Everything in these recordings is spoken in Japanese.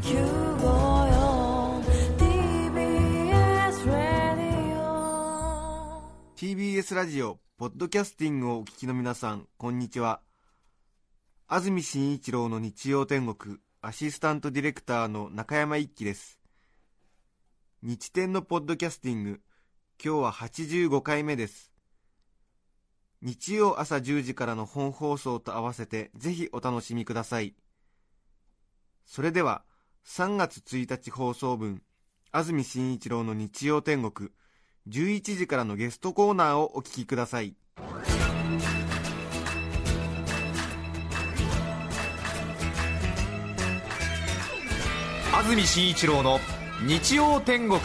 TBS ラジオポッドキャスティングをお聞きの皆さん、こんにちは。安住紳一郎の日曜天国アシスタントディレクターの中山一輝です。日天のポッドキャスティング、今日は85回目です。日曜朝10時からの本放送と合わせてぜひお楽しみください。それでは3月1日放送分、安住紳一郎の日曜天国11時からのゲストコーナーをお聞きください。 安住紳一郎の日曜天国。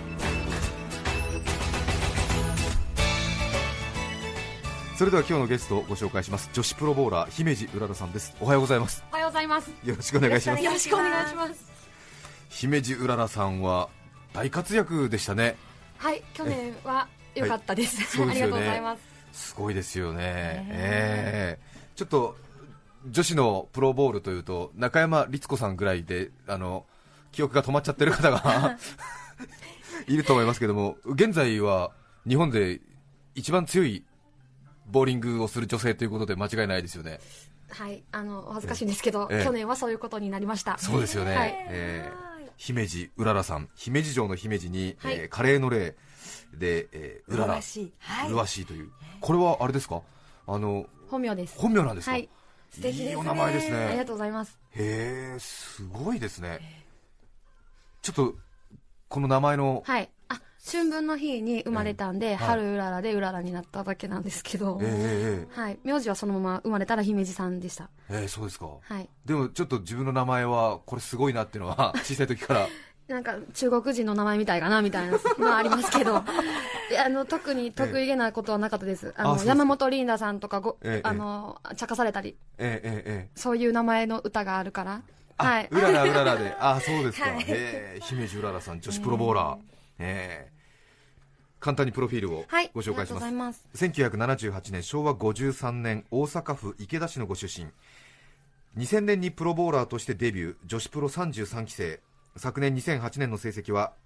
それでは今日のゲストをご紹介します。女子プロボーラー姫路うららさんです。おはようございます。 おはようございます。 よろしくお願いします。 よろしくお願いします。 姫路うららさんは大活躍でしたね。 はい、去年は良かったです、 はい、 ありがとうございます。 すごいですよね、ちょっと女子のプロボールというと中山律子さんぐらいで記憶が止まっちゃってる方がいると思いますけども、現在は日本で一番強いボーリングをする女性ということで間違いないですよね。はい、 お恥ずかしいんですけど、去年はそういうことになりました。 そうですよね、はい、姫路うららさん、姫路城の姫路に、カレーの霊で、うらら、うわしいという、これはあれですか、 本名です。 本名なんですか。はい、 素敵ですね。 いいお名前ですね。 ありがとうございます。 へえ、すごいですね。ちょっとこの名前の、 はい、春分の日に生まれたんで、春うららでうららになっただけなんですけど、はい、名字はそのまま生まれたら姫路さんでした。 そうですか。はい、でもちょっと自分の名前はこれすごいなっていうのは小さい時からなんか中国人の名前みたいかなみたいなのはありますけど特に得意げなことはなかったです。山本リンダさんとか茶化されたり、そういう名前の歌があるから、はい、 うららうららでそうですか、姫路うららさん、女子プロボーラー、簡単にプロフィールをご紹介します。1978年昭和53年大阪府池田市のご出身。2000年にプロボーラーとしてデビュー、女子プロ33期生。昨年2008年の成績は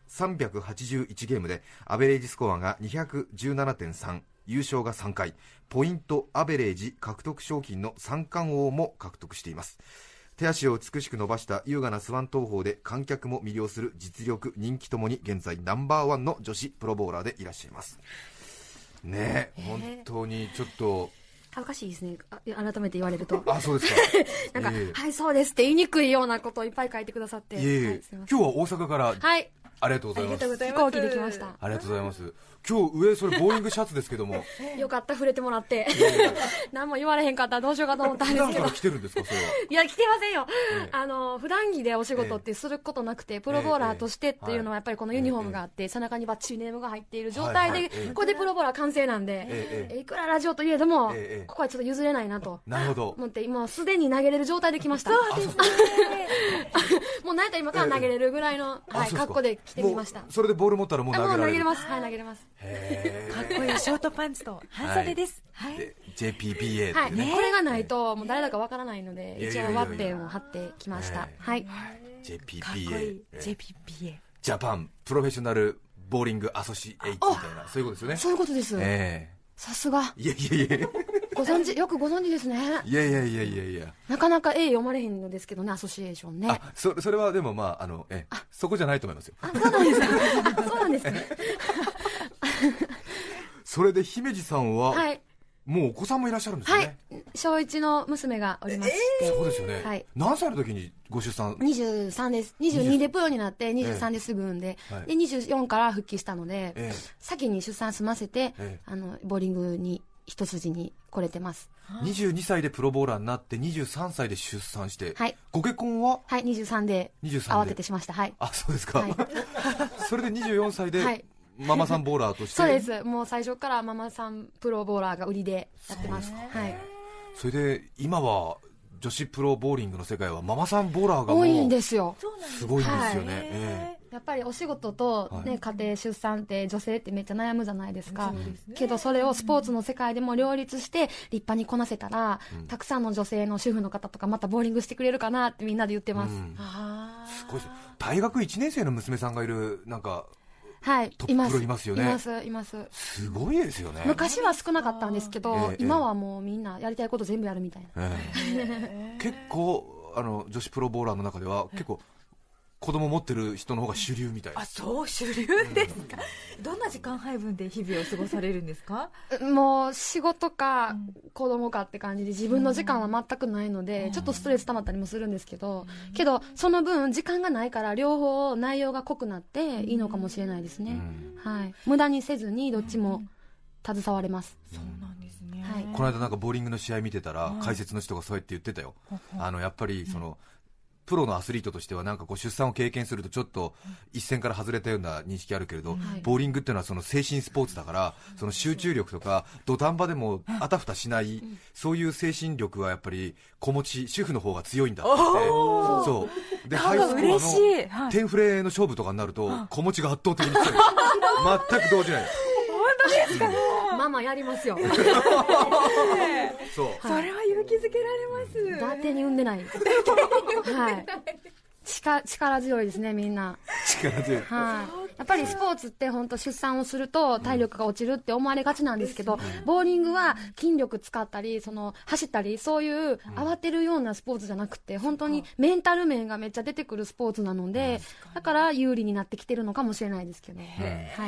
381ゲームでアベレージスコアが 217.3、 優勝が3回、ポイントアベレージ獲得賞金の三冠王も獲得しています。手足を美しく伸ばした優雅なスワン投法で観客も魅了する実力、人気ともに現在ナンバーワンの女子プロボーラーでいらっしゃいますね。本当にちょっと恥ずかしいですね、改めて言われると。 そうですかなんか、はいそうですって言いにくいようなことをいっぱい書いてくださって、 今日は大阪から、 はい、 ありがとうございます。 飛行機で来ました。 ありがとうございます。今日上それボーイングシャツですけどもよかった、触れてもらって何も言われへんかったらどうしようかと思ったんですけど。 普段から来てるんですか、それは。 いや、来てませんよ、普段着でお仕事ってすることなくて、プロボーラーとしてっていうのはやっぱりこのユニフォームがあって、背中にバッチリネームが入っている状態で、これでプロボーラー完成なんで、いくらラジオといえども、ここはちょっと譲れないなと思って、今すでに投げれる状態で来ました。そうですねもうなんやったら今から投げれるぐらいの格好で来てみました。 それでボール持ったらもう投げられる。 もう投げれます。はい、投げれます。 かっこいいショートパンツと半袖です。 はい。JPBA はい。これがないともう誰だかわからないので、一応ワッペンを貼ってきました。はい。 JPBA。 JPBA。 ジャパンプロフェッショナルボーリングアソシエイツみたいな、そういうことですよね。 そういうことです。さすが。 いやいやいや。 よくご存知ですね。 いやいやいやいやいや。 なかなか読まれへんのですけどね、アソシエーションね。 それはでもそこじゃないと思いますよ。 そうなんですか。そうなんですね。 それで姫路さんは、もうお子さんもいらっしゃるんですよね。 はい、小1の娘がおりまして、 そうですよね、はい、何歳の時にご出産。 23です。22でプロになって23ですぐ産んで、で24から復帰したので、先に出産済ませて、ボーリングに一筋に来れてます。 22歳でプロボーラーになって23歳で出産して、ご結婚は 23で慌ててしました。 そうですか、それで24歳で、ママさんボーラーとして。 そうです。もう最初からママさんプロボーラーが売りでやってます。 それで今は女子プロボーリングの世界はママさんボーラーがもう多いんですよ。 すごいんですよね。 やっぱりお仕事と、家庭出産って女性ってめっちゃ悩むじゃないですか。けどそれをスポーツの世界でも両立して立派にこなせたら、たくさんの女性の主婦の方とかまたボーリングしてくれるかなってみんなで言ってます。 すごいです。大学1年生の娘さんがいるなんかはい、 トッププロいますよね。 います。 すごいですよね。 昔は少なかったんですけど、今はもうみんなやりたいこと全部やるみたいな。 結構女子プロボーラーの中では結構子供持ってる人の方が主流みたいな。 そう主流ですか。どんな時間配分で日々を過ごされるんですか？ もう仕事か子供かって感じで、自分の時間は全くないので、ちょっとストレス溜まったりもするんですけど、その分時間がないから両方内容が濃くなっていいのかもしれないですね。はい、無駄にせずにどっちも携われます。 そうなんですね。 はい、 この間なんかボーリングの試合見てたら、解説の人がそうやって言ってたよ。やっぱりプロのアスリートとしてはなんかこう出産を経験するとちょっと一線から外れたような認識あるけれど、ボーリングっていうのはその精神スポーツだから、その集中力とか土壇場でもあたふたしない、そういう精神力はやっぱり主婦の方が強いんだって。そうで、ハイスコアの点フレの勝負とかになると子持ちが圧倒的に強い。全く動じない。 本当ですか？ ママやりますよ。 そう、 それは勇気づけられます。 伊達に産んでない。はい、力強いですね、みんな。 力強い。 はい、やっぱりスポーツって本当出産をすると体力が落ちるって思われがちなんですけど、ボーリングは筋力使ったり走ったり、そういう慌てるようなスポーツじゃなくて、本当にメンタル面がめっちゃ出てくるスポーツなので、だから有利になってきてるのかもしれないですけど、はい、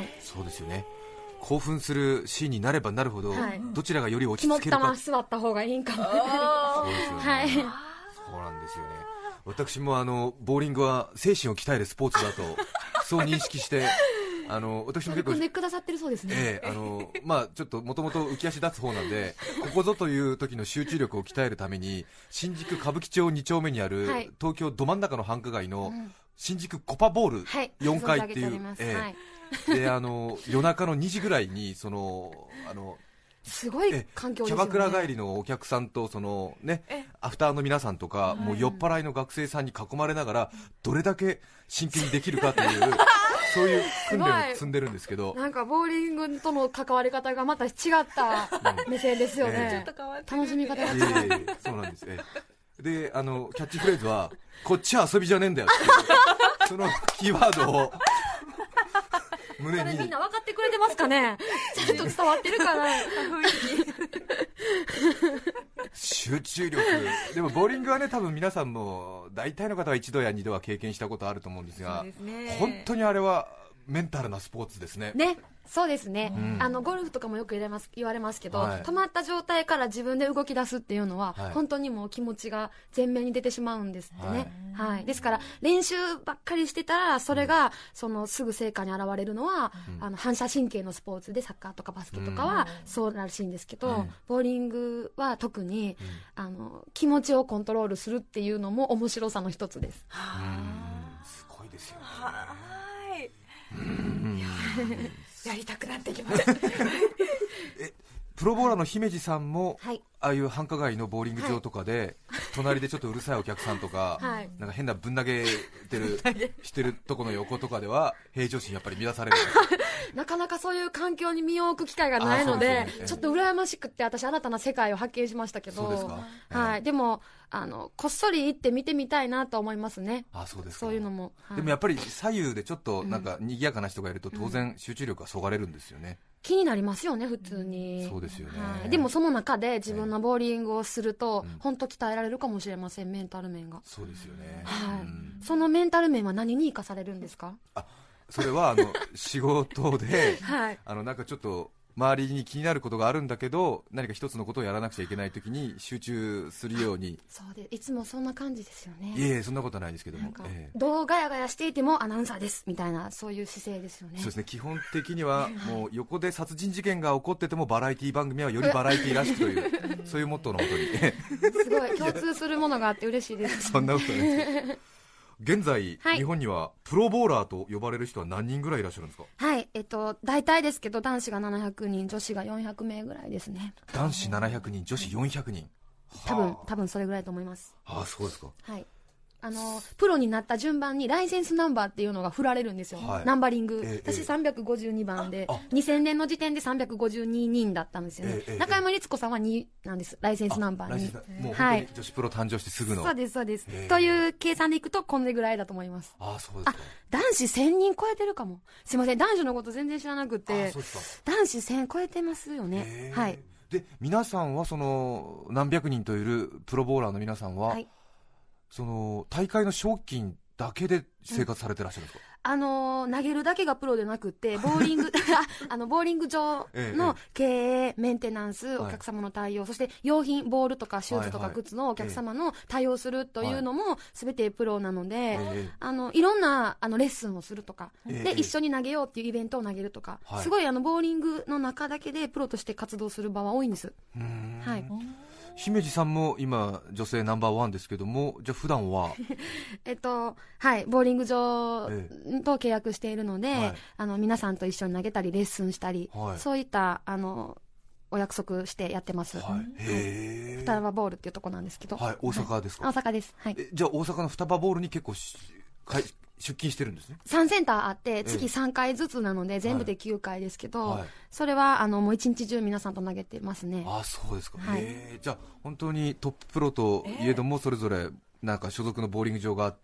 そうですよね。興奮するシーンになればなるほど、どちらがより落ち着けるか。 肝っ玉座った方がいいんかも。 そうですよね。 はい、 そうなんですよね。私もボーリングは精神を鍛えるスポーツだとそう認識して私も結構組んでくださってるそうですね。 ちょっともともと浮き足立つ方なんで、ここぞという時の集中力を鍛えるために新宿歌舞伎町2丁目にある、東京ど真ん中の繁華街の新宿コパボール4階っていう、で夜中の2時ぐらいにすごい環境ですよね。 キャバクラ帰りのお客さんとアフターの皆さんとか、もう酔っ払いの学生さんに囲まれながらどれだけ真剣にできるかというそういう訓練を積んでるんですけど、 なんかボーリングとの関わり方がまた違った目線ですよね。楽しみ方が違う。 そうなんです。でキャッチフレーズはこっちは遊びじゃねえんだよっていうそのキーワードを胸に。 それみんな分かってくれてますかね。ちゃんと伝わってるかな。 集中力。でもボーリングはね、多分皆さんも大体の方は1度や2度は経験したことあると思うんですが、本当にあれはメンタルなスポーツですね。 そうですね、ゴルフとかもよく言われますけど、止まった状態から自分で動き出すっていうのは、本当にもう気持ちが前面に出てしまうんですってね。ですから練習ばっかりしてたら、それがすぐ成果に現れるのは、反射神経のスポーツでサッカーとかバスケとかはそうらしいんですけど、ボーリングは特に、気持ちをコントロールするっていうのも面白さの一つです。 すごいですよね。 やりたくなってきました。 プロボーラーの姫路さんも、ああいう繁華街のボーリング場とかで、隣でちょっとうるさいお客さんとか、なんか変なぶん投げてるしてるとこの横とかでは平常心やっぱり乱される。 なかなかそういう環境に身を置く機会がないので、ちょっと羨ましくって、私新たな世界を発見しましたけど。 そうですか。 でもこっそり行って見てみたいなと思いますね。 そうですか。 そういうのも、 でもやっぱり左右でちょっとなんか賑やかな人がいると、当然集中力がそがれるんですよね。 気になりますよね、普通に。 そうですよね。 でもその中で自分のボーリングをすると、本当鍛えられるかもしれません、メンタル面が。 そうですよね。 そのメンタル面は何に生かされるんですか？ それは仕事で、なんかちょっと周りに気になることがあるんだけど、何か一つのことをやらなくちゃいけないときに集中するように。 そうで、いつもそんな感じですよね。 いえ、そんなことはないですけども、 どうガヤガヤしていてもアナウンサーですみたいな、そういう姿勢ですよね。 そうですね。基本的にはもう横で殺人事件が起こっててもバラエティ番組はよりバラエティらしくというそういうモットーのもとにすごい共通するものがあって嬉しいです。 そんなことないです。現在、日本にはプロボーラーと呼ばれる人は何人ぐらいいらっしゃるんですか？ 大体ですけど、男子が700人、女子が400名ぐらいですね。 男子700人、女子400人。 多分それぐらいと思います。 そうですか。 プロになった順番にライセンスナンバーっていうのが振られるんですよ、ナンバリング、私352番で、2000年の時点で352人だったんですよね、中山律子さんは2なんです、ライセンスナンバーに。 もう本当に女子プロ誕生してすぐの。 そうですそうです、という計算でいくとこれぐらいだと思います。 そうですか。 男子1000人超えてるかも。すいません、男女のこと全然知らなくて。男子1000超えてますよね。はい。 で皆さんはその何百人といるプロボウラーの皆さんは、その大会の賞金だけで生活されてらっしゃるんですか？ 投げるだけがプロでなくて、ボーリングボーリング場の経営、メンテナンス、お客様の対応、そして用品、ボールとかシューズとか靴のお客様の対応するというのも全てプロなので、いろんなレッスンをするとか、で一緒に投げようっていうイベントを投げるとか、すごいボーリングの中だけでプロとして活動する場は多いんです。はい。 姫路さんも今女性ナンバーワンですけども、じゃあ普段ははい、ボーリング場と契約しているので、皆さんと一緒に投げたりレッスンしたり、そういったお約束してやってます。双葉ボールっていうところなんですけど。 大阪ですか？ 大阪です。はい。 じゃあ大阪の双葉ボールに結構出勤してるんですね。 3センターあって月3回ずつなので全部で9回ですけど、それはもう一日中皆さんと投げてますね。 そうですか。じゃあ本当にトッププロといえどもそれぞれなんか所属のボーリング場があって、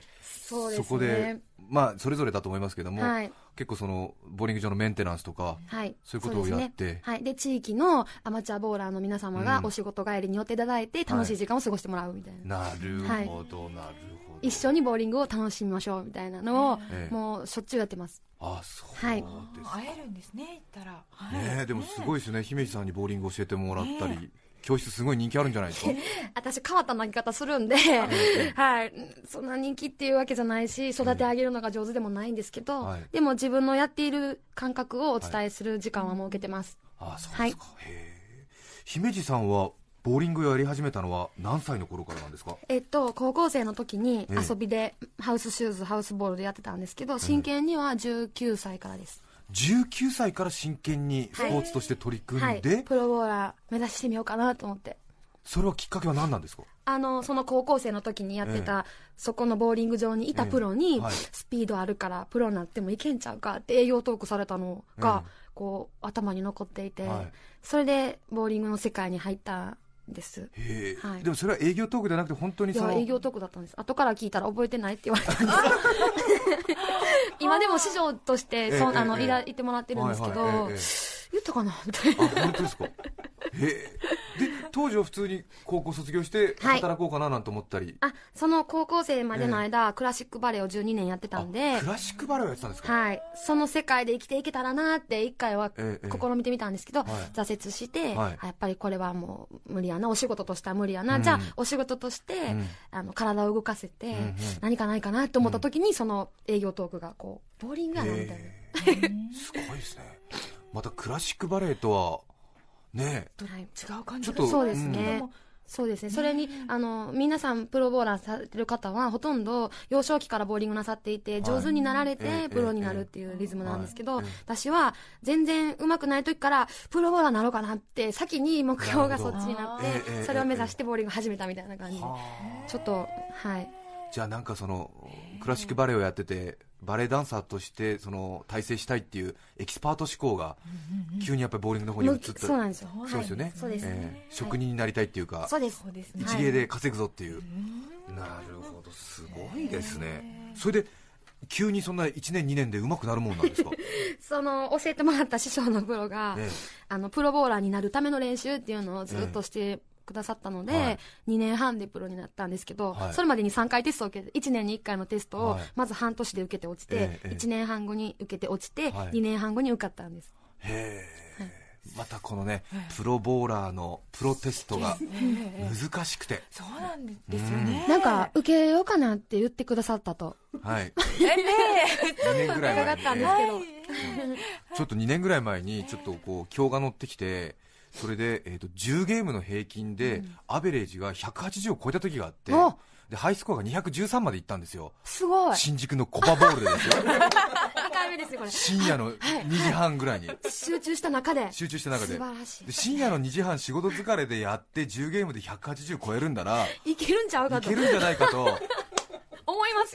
そうですね、 そこでそれぞれだと思いますけども、結構そのボーリング場のメンテナンスとか、そういうことをやって、 で地域のアマチュアボーラーの皆様がお仕事帰りに寄っていただいて楽しい時間を過ごしてもらうみたいな。 なるほどなるほど。 一緒にボーリングを楽しみましょうみたいなのをもうしょっちゅうやってます。 そうですか。 会えるんですね、行ったら。 でもすごいですね、姫路さんにボーリング教えてもらったり、教室すごい人気あるんじゃないですか？ 私変わった投げ方するんで、そんな人気っていうわけじゃないし、育て上げるのが上手でもないんですけど、でも自分のやっている感覚をお伝えする時間は設けてます。 そうですか。姫路さんはボーリングをやり始めたのは何歳の頃からなんですか？ 高校生の時に遊びでハウスシューズ、ハウスボールでやってたんですけど、真剣には19歳からです。 19歳から真剣にスポーツとして取り組んで、 プロボーラー目指してみようかなと思って。 それはきっかけは何なんですか？ その高校生の時にやってた、そこのボーリング場にいたプロに、スピードあるからプロになってもいけんちゃうかって営業トークされたのが、こう頭に残っていて、それでボーリングの世界に入ったです。 でもそれは営業トークじゃなくて本当にその営業トークだったんです。後から聞いたら覚えてないって言われたんですよ今でも師匠として言ってもらってるんですけど、言ったかなみたいな。 本当ですか？で当時は普通に高校卒業して働こうかななんて思ったり、 その高校生までの間、クラシックバレエを12年やってたんで。 クラシックバレエをやってたんですか？ その世界で生きていけたらなって一回は試みてみたんですけど、挫折して、やっぱりこれはもう無理やな、お仕事としては無理やな、じゃあお仕事として、体を動かせて、何かないかなと思った時に、その営業トークがこうボーリングやなみたいな。 すごいですね。またクラシックバレエとはね、 違う感じ。 そうですね。そうですね。それに皆さんプロボーラーされてる方はほとんど幼少期からボーリングなさっていて、上手になられてプロになるっていうリズムなんですけど、私は全然上手くない時からプロボーラーになろうかなって先に目標がそっちになって、それを目指してボーリング始めたみたいな感じで、ちょっとじゃあなんかそのクラシックバレエをやってて、バレエダンサーとしてその体制したいっていうエキスパート志向が急にやっぱりボーリングの方に移った。 そうなんですよ。 そうですよね。 そうです。 職人になりたいっていうか、 そうです。 一芸で稼ぐぞっていう。なるほど、すごいですね。それで急にそんな1年2年で上手くなるもんなんですか？ その教えてもらった師匠のプロが、プロボーラーになるための練習っていうのをずっとしてくださったので、2年半でプロになったんですけど、それまでに3回テストを受けて、1年に1回のテストをまず半年で受けて落ちて、1年半後に受けて落ちて、2年半後に受かったんです。 またこのね、プロボーラーのプロテストが難しくて、 そうなんですよね。 なんか受けようかなって言ってくださったと、 2年ぐらい前に、ちょっと2年ぐらい前にちょっとこう表が乗ってきて、それで、10ゲームの平均でアベレージが180を超えた時があって、でハイスコアが213までいったんですよ。 すごい。 新宿のコパボールでですよ 2回目ですよこれ。 深夜の2時半ぐらいに集中した中で素晴らしい。 で深夜の2時半仕事疲れでやって10ゲームで180超えるんだらいけるんちゃうかと、 いけるんじゃないかと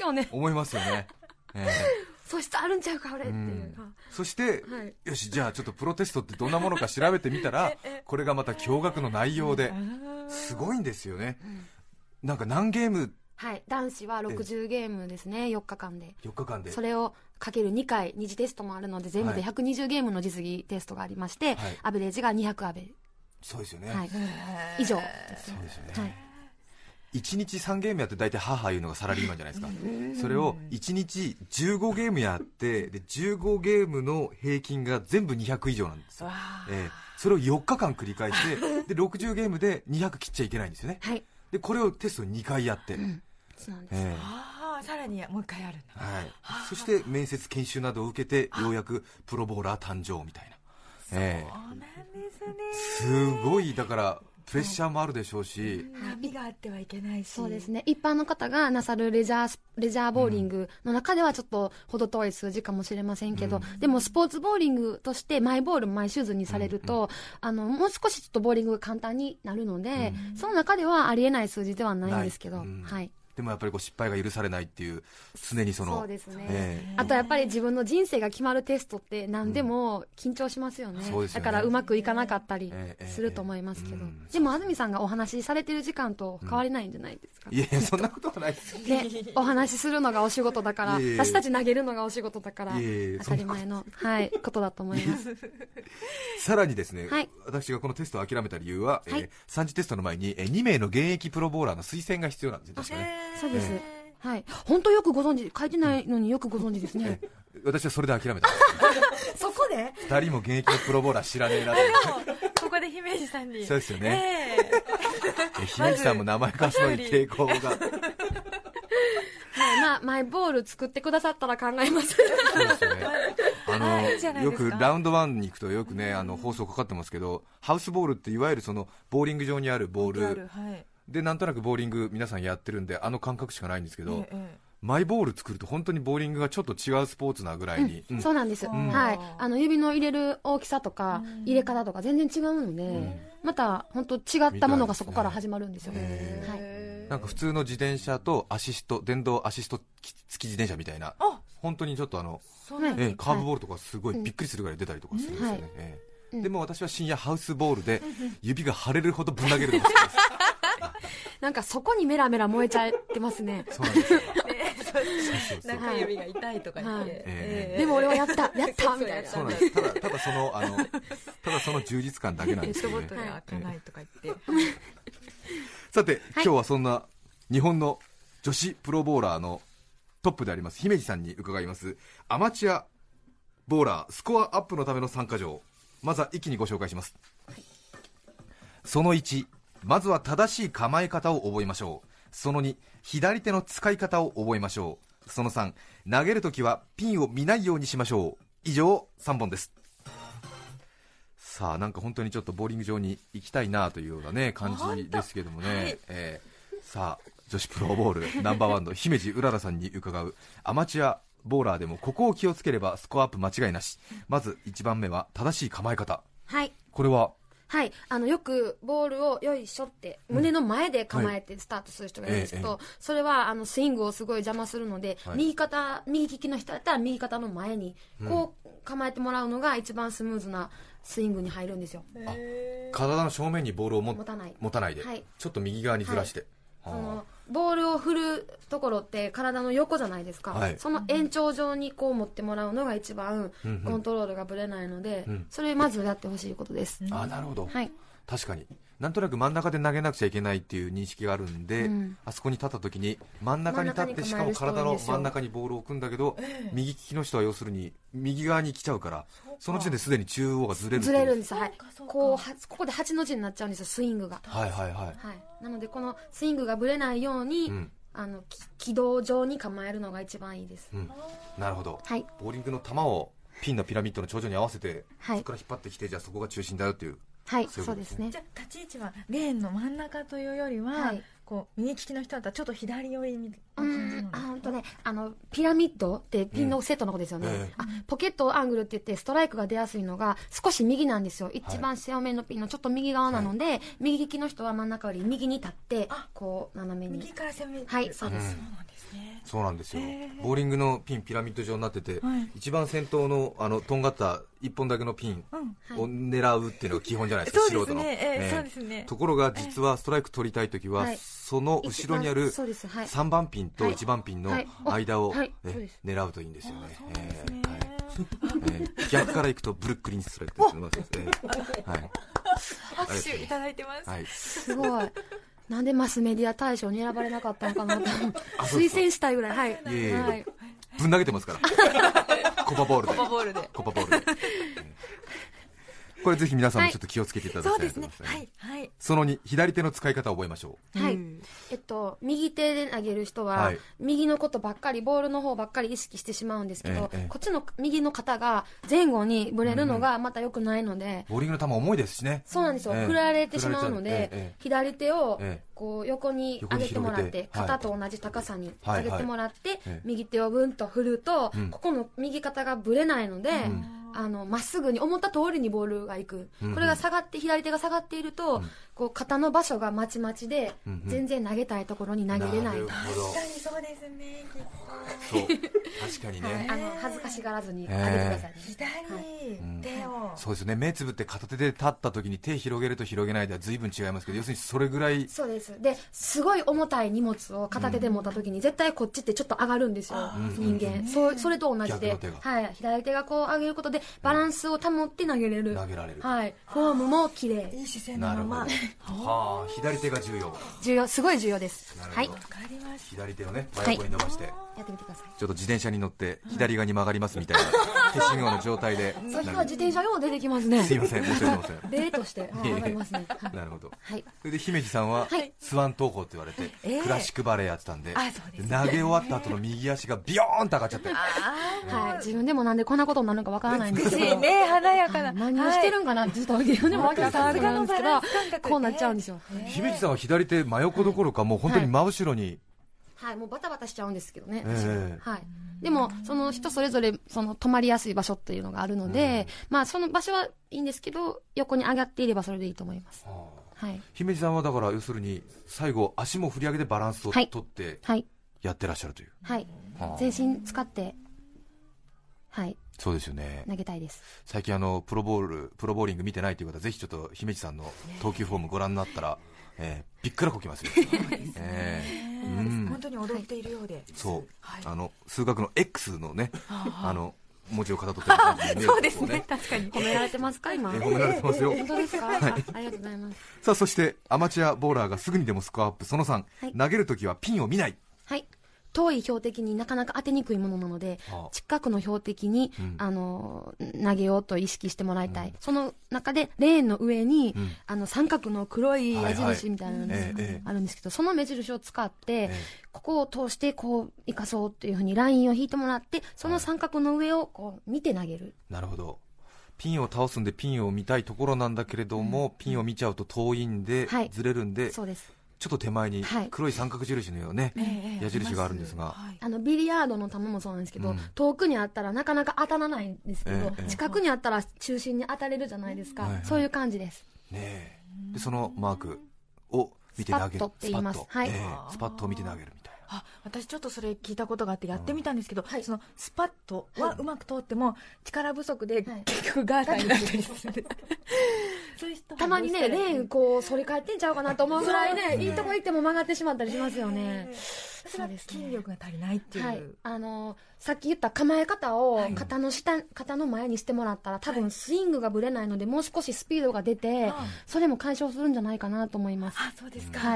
よね。 思いますよね。 素質あるんちゃうか俺っていう、 そして、よしじゃあちょっとプロテストってどんなものか調べてみたらこれがまた驚愕の内容ですごいんですよね。なんか何ゲーム、 男子は60ゲームですね。4日間でそれをかける2回二次テストもあるので全部で120ゲームの実技テストがありまして、アベレージが200アベ。 そうですよね、 以上です。 そうですよね、1日3ゲームやって大体母言うのがサラリーマンじゃないですか。それを1日15ゲームやってで15ゲームの平均が全部200以上なんですよ。それを4日間繰り返してで60ゲームで200切っちゃいけないんですよね。でこれをテスト2回やって、 そうなんです、さらにもう1回あるんだ、 そして面接研修などを受けてようやくプロボーラー誕生みたいな。 そうなんですね。 すごいだからプレッシャーもあるでしょうし、 波があってはいけないし。 そうですね。一般の方がなさるレジャーボーリングの中ではちょっと程遠い数字かもしれませんけど、でもスポーツボーリングとしてマイボールマイシューズにされると、もう少しちょっとボーリングが簡単になるので、その中ではありえない数字ではないんですけど、 でもやっぱり失敗が許されないっていう常にそうですね、あとやっぱり自分の人生が決まるテストって何でも緊張しますよね、だからうまくいかなかったりすると思いますけど、でも安住さんがお話しされてる時間と変わりないんじゃないですか。 いやそんなことはないですね、お話しするのがお仕事だから私たち投げるのがお仕事だから当たり前のことだと思いますさらにですね、私がこのテストを諦めた理由は、3次テストの前に2名の現役プロボーラーの推薦が必要なんですよ。確かね。 そうです、本当よくご存知、書いてないのによくご存知ですね。 私はそれで諦めたそこで 2人も現役のプロボーラー知らねえなここで姫路さんに。 そうですよね、姫路さんも名前貸すのに抵抗がマイボール作ってくださったら考えます。 そうですよね。よくラウンド1に行くとよくね放送かかってますけど、ハウスボールっていわゆるそのボーリング場にあるボールでなんとなくボーリング皆さんやってるんで感覚しかないんですけど、マイボール作ると本当にボーリングがちょっと違うスポーツなぐらいに、 そうなんです、指の入れる大きさとか入れ方とか全然違うので、また本当違ったものがそこから始まるんですよ。 なんか普通の自転車と電動アシスト付き自転車みたいな、本当にちょっとカーブボールとかすごいびっくりするぐらい出たりとかするんですよね。でも私は深夜ハウスボールで指が腫れるほどぶん投げるのが好きですなんかそこにメラメラ燃えちゃってますね。 そうなんですよ中指が痛いとか言って、 でも俺はやったみたいな。 そうなんです。ただその充実感だけなんですよね。 ペットボトルが開かないとか言ってさて今日はそんな日本の女子プロボーラーのトップであります姫路さんに伺います。アマチュアボーラースコアアップのための参加条、まずは一気にご紹介します。その1、まずは正しい構え方を覚えましょう。その2、左手の使い方を覚えましょう。その3、投げるときはピンを見ないようにしましょう。以上3本です。さあなんか本当にちょっとボーリング場に行きたいなというようなね感じですけどもね、さあ女子プロボールナンバーワンの姫路うららさんに伺うアマチュアボーラーでもここを気をつければスコアアップ間違いなし。まず1番目は正しい構え方。これはよくボールをよいしょって胸の前で構えてスタートする人がいるんですけど、それはスイングをすごい邪魔するので、右利きの人だったら右肩の前にこう構えてもらうのが一番スムーズなスイングに入るんですよ。 体の正面にボールを持たないで、ちょっと右側にずらして、 ボールを振るところって体の横じゃないですか、その延長上にこう持ってもらうのが一番コントロールがぶれないので、それまずやってほしいことです。 なるほど、確かになんとなく真ん中で投げなくちゃいけないっていう認識があるんで、あそこに立った時に真ん中に立って、しかも体の真ん中にボールを置くんだけど、右利きの人は要するに右側に来ちゃうから、その時点ですでに中央がずれるんです。ここで8の字になっちゃうんですよ、スイングが。なのでこのスイングがぶれないように、軌道上に構えるのが一番いいです。 なるほど、ボーリングの球をピンのピラミッドの頂上に合わせて、そこから引っ張ってきて、じゃあそこが中心だよっていう。 そうですね。 じゃあ立ち位置はレーンの真ん中というよりは、こう右利きの人だったらちょっと左寄りにピラミッドってピンのセットのことですよね、ポケットアングルって言ってストライクが出やすいのが少し右なんですよ。一番正面のピンのちょっと右側なので、右利きの人は真ん中より右に立ってこう斜めに右から攻める。 そうです。 そうなんですよ、ボーリングのピンピラミッド状になってて、一番先頭のとんがった1本だけのピンを狙うっていうのが基本じゃないですか、素人の。そうですね。ところが実はストライク取りたいときは、その後ろにある3番ピンと1番ピンの間を狙うといいんですよね。逆から行くとブルックリンストライクですね。 拍手いただいてます。 すごい。なんでマスメディア大賞に選ばれなかったのかなと推薦したいぐらい。はい。 ぶん投げてますからコパボールで。コパボールで。これぜひ皆さんもちょっと気をつけていただきたいと思いますね。その2、左手の使い方を覚えましょう。 はい。右手で投げる人は、右のことばっかり、ボールの方ばっかり意識してしまうんですけど、こっちの右の肩が前後にぶれるのがまた良くないので、 ボーリングの球重いですしね。 そうなんですよ。振られてしまうので、左手をこう横に上げてもらって、肩と同じ高さに上げてもらって、右手をブンと振ると、ここの右肩がぶれないので、まっすぐに思った通りにボールがいく、これが下がって左手が下がっていると、こう肩の場所がまちまちで、全然投げたいところに投げれない。 確かにそうですね。 そう確かにね、 恥ずかしがらずに上げてくださいね。 左手を、 そうですね。目つぶって片手で立った時に手広げると広げないでは随分違いますけど、要するにそれぐらい。 そうです。ですごい重たい荷物を片手で持った時に、絶対こっちってちょっと上がるんですよ、人間。それと同じで、左手がこう上げることでバランスを保って投げれる。 投げられる。 フォームも綺麗。 いい姿勢のまま。 はあ、左手が重要。 すごい重要です。はい。 左手をね、真横に伸ばして、 やってみてください。 ちょっと自転車に乗って左側に曲がりますみたいな手信号の状態で。 さっきから自転車よう出てきますね。 すいません、申し訳ございません。 例として上がりますね。 なるほど。それで姫路さんはスワン投法って言われて、クラシックバレエやってたんで、投げ終わった後の右足がビヨーンと上がっちゃって、 自分でもなんでこんなことになるのかわからないんですけど、 華やかな何をしてるんかなってちょっと自分でもわからないんですけど、こうなっちゃうんですよ。 姫路さんは左手真横どころか、もう本当に真後ろに、 もうバタバタしちゃうんですけどね。でもその人それぞれその止まりやすい場所っていうのがあるので、その場所はいいんですけど、横に上がっていればそれでいいと思います。 姫路さんはだから要するに最後足も振り上げてバランスを取ってやってらっしゃるという。 全身使ってそうですよね。 投げたいです。 最近プロボーリング見てないという方はぜひちょっと姫路さんの投球フォームご覧になったら、びっくらこきますよ。 本当に踊っているようで。 そう、数学の X のね、文字をかたどってる感じに見える。 そうですね、確かに。 褒められてますか今。 褒められてますよ。 本当ですか。ありがとうございます。 さあ、そしてアマチュアボーラーがすぐにでもスコアアップ。その3、投げるときはピンを見ない。 遠い標的になかなか当てにくいものなので、近くの標的に、投げようと意識してもらいたい。その中でレーンの上に、三角の黒い矢印みたいなのがあるんですけど、その目印を使って、ここを通してこう生かそうっていうふうにラインを引いてもらって、その三角の上をこう見て投げる。 なるほど。ピンを倒すんでピンを見たいところなんだけれども、ピンを見ちゃうと遠いんで、ずれるんで、 そうです。 ちょっと手前に黒い三角印のような矢印があるんですが、 ビリヤードの球もそうなんですけど、遠くにあったらなかなか当たらないんですけど、近くにあったら中心に当たれるじゃないですか。そういう感じです。 でそのマークを見て投げる。 スパットって言います。 スパットを見て投げるみたいな。 私ちょっとそれ聞いたことがあってやってみたんですけど、そのスパットはうまく通っても力不足で結局ガーターになったりする。 たまにね、レーンこう反り返ってんちゃうかなと思うぐらいね、いいとこ行っても曲がってしまったりしますよね。 そうです。筋力が足りないっていう。 さっき言った構え方を肩の前にしてもらったら、多分スイングがぶれないので、もう少しスピードが出て、それも解消するんじゃないかなと思います。 そうですか。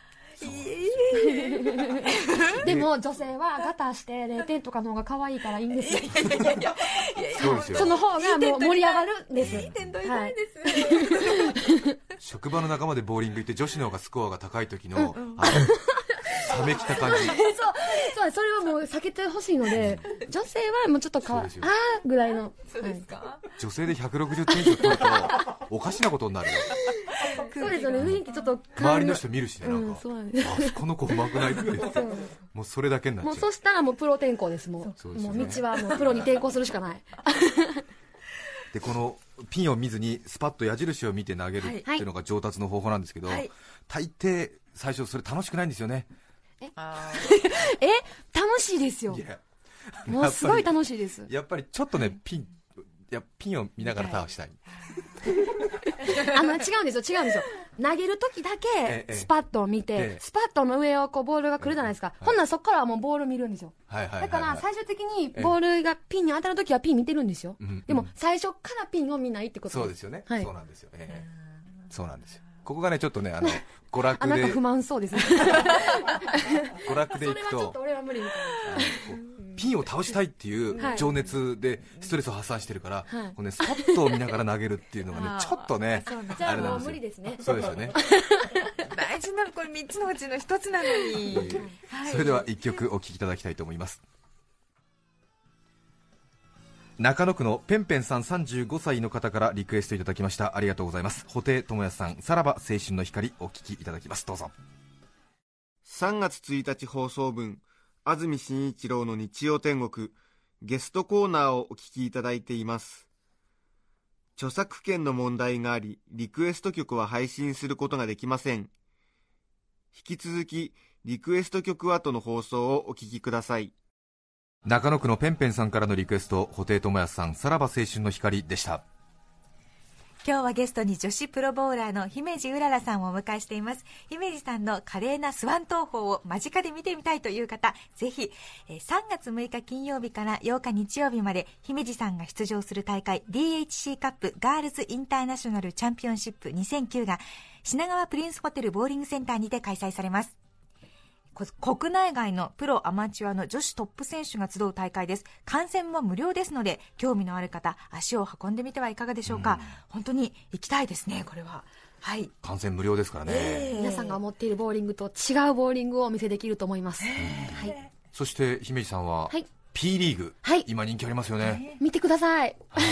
でも女性はガターして0点とかの方が可愛いからいいんですよ。その方がもう盛り上がるんです。 いい点取りたいです。 職場の仲間でボーリング行って女子の方がスコアが高い時の冷めきた感じ。 そう、それはもう避けてほしいので、女性はもうちょっとぐらいの。 そうですか。 女性で160点以上取るとおかしなことになるよ。 そうですよね。雰囲気ちょっと周りの人見るしね、なんかこの子うまくないって、もうそれだけになっちゃう。 もうそしたらもうプロ転向です。もう道はもうプロに転向するしかない。 でこのピンを見ずにスパッと矢印を見て投げるっていうのが上達の方法なんですけど、大抵最初それ楽しくないんですよね。 楽楽しいですよ。もうすごい楽しいです。 やっぱりちょっとね、ピンを見ながらターンしたい。 違うんですよ。投げるときだけスパットを見て、スパットの上をこうボールが来るじゃないですか。ほんならそこからはもうボール見るんですよ。だから最終的にボールがピンに当たるときはピン見てるんですよ。でも最初からピンを見ないってことです。 そうですよね。そうなんですよ。そうなんですよ。ここがね、ちょっとね、娯楽で。 なんか不満そうですね。 娯楽でいくと。 それはちょっと俺は無理みたいな。 ピンを倒したいっていう情熱でストレスを発散してるから、このね、スパットを見ながら投げるっていうのがね、ちょっとね、 じゃあもう無理ですね。 そうですよね。 大事なこれ3つのうちの1つなのに。 それでは1曲お聴きいただきたいと思います。中野区のペンペンさん35歳の方からリクエストいただきました。ありがとうございます。布袋寅泰さん、さらば青春の光、お聴きいただきます。どうぞ。 3月1日放送分、安住紳一郎の日曜天国、ゲストコーナーをお聞きいただいています。著作権の問題があり、リクエスト曲は配信することができません。引き続きリクエスト曲後の放送をお聞きください。 中野区のペンペンさんからのリクエスト、布袋寅泰さん、さらば青春の光でした。 今日はゲストに女子プロボウラーの姫路うららさんをお迎えしています。姫路さんの華麗なスワン投法を間近で見てみたいという方、ぜひ3月6日金曜日から8日日曜日まで姫路さんが出場する大会 DHC カップガールズインターナショナルチャンピオンシップ2009が品川プリンスホテルボーリングセンターにて開催されます。国内外のプロアマチュアの女子トップ選手が集う大会です。観戦も無料ですので、興味のある方足を運んでみてはいかがでしょうか。本当に行きたいですね、これは。はい、 観戦無料ですからね、 皆さんが思っているボーリングと違うボーリングをお見せできると思います。はい、 そして姫路さんは、はい、P リーグ、はい、今人気ありますよね。 見てください。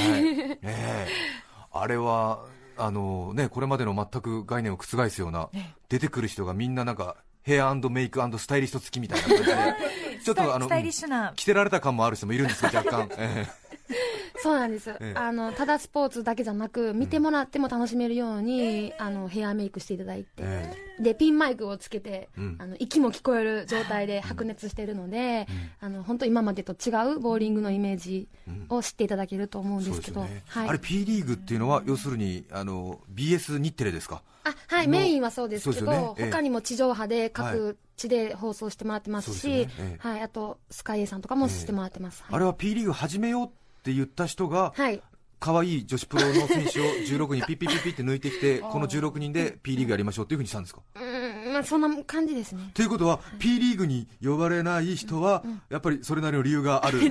あれはこれまでの全く概念を覆すような、出てくる人がみんななんかヘア&メイク&スタイリスト付きみたいな感じでちょっとスタイリッシュな着てられた感もある人もいるんですけど、若干そうなんです、ただスポーツだけじゃなく見てもらっても楽しめるように、ヘアメイクしていただいて、でピンマイクをつけて、息も聞こえる状態で白熱しているので、本当今までと違うボーリングのイメージを知っていただけると思うんですけど、 あれ P リーグっていうのは要するにBS 日テレですか。 はい、メインはそうですけど、他にも地上波で各地で放送してもらってますし、はい、あとスカイ A さんとかもしてもらってます。 あれは P リーグ始めようって言った人が、可愛い女子プロの選手を16人ピッピッピッピッって抜いてきてこの16人で P リーグやりましょうっていうふうにしたんですか。 そんな感じですね。 ということは、P リーグに呼ばれない人は、やっぱりそれなりの理由がある。違う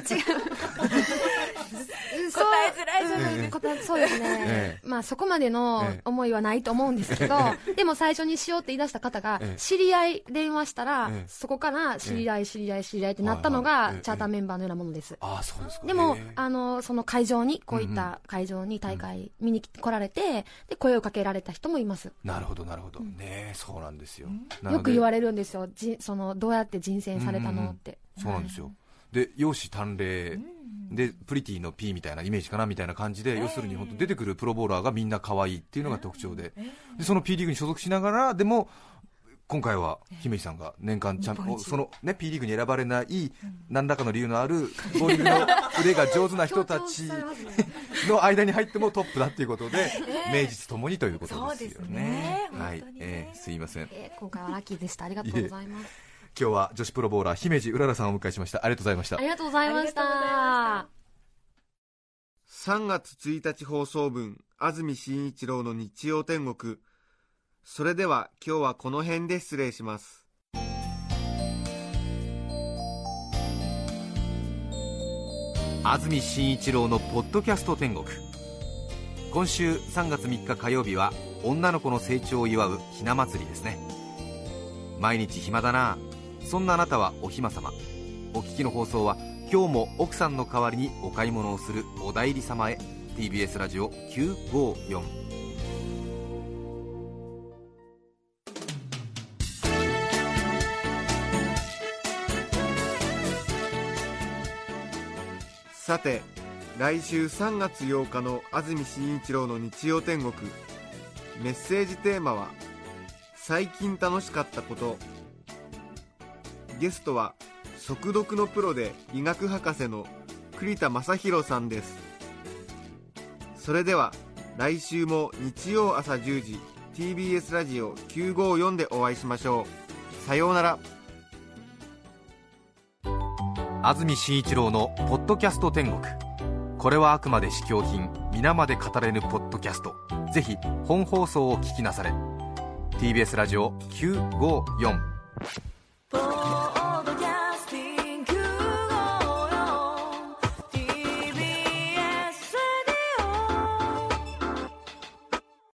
答えづらいじゃないですか。 そうですね、そこまでの思いはないと思うんですけど、でも最初にしようって言い出した方が、知り合い電話したら、そこから知り合いってなったのが、チャーターメンバーのようなものです。 そうですか。 でもその会場に、こういった会場に大会見に来られて、で声をかけられた人もいます。 なるほどなるほど、ね、そうなんですよ。 よく言われるんですよ、どうやって人選されたのって。 そうなんですよ。で容姿端麗でプリティの P みたいなイメージかなみたいな感じで、要するに本当出てくるプロボーラーがみんな可愛いっていうのが特徴で、その P リーグに所属しながらでも今回は姫路さんが年間チャンピオン、そのね P リーグに選ばれない何らかの理由のあるボーリングの腕が上手な人たちの間に入ってもトップだっていうことで、名実ともにということですよね。はい、すいません、 今回はラッキーでした。ありがとうございます。 今日は女子プロボーラー姫路うららさんをお迎えしました。ありがとうございました。 ありがとうございました。 3月1日放送分、安住紳一郎の日曜天国。それでは今日はこの辺で失礼します。 安住紳一郎のポッドキャスト天国。今週3月3日火曜日は女の子の成長を祝うひな祭りですね。毎日暇だな、そんなあなたはお暇様。お聞きの放送は今日も奥さんの代わりにお買い物をするお代理様へ。 TBS ラジオ954。 さて、来週3月8日の安住紳一郎の日曜天国、メッセージテーマは最近楽しかったこと。ゲストは速読のプロで医学博士の栗田正宏さんです。それでは来週も日曜朝10時 TBS ラジオ954でお会いしましょう。さようなら。 安住紳一郎のポッドキャスト天国。これはあくまで試供品、皆まで語れぬポッドキャスト。ぜひ本放送を聞きなされ。 TBS ラジオ954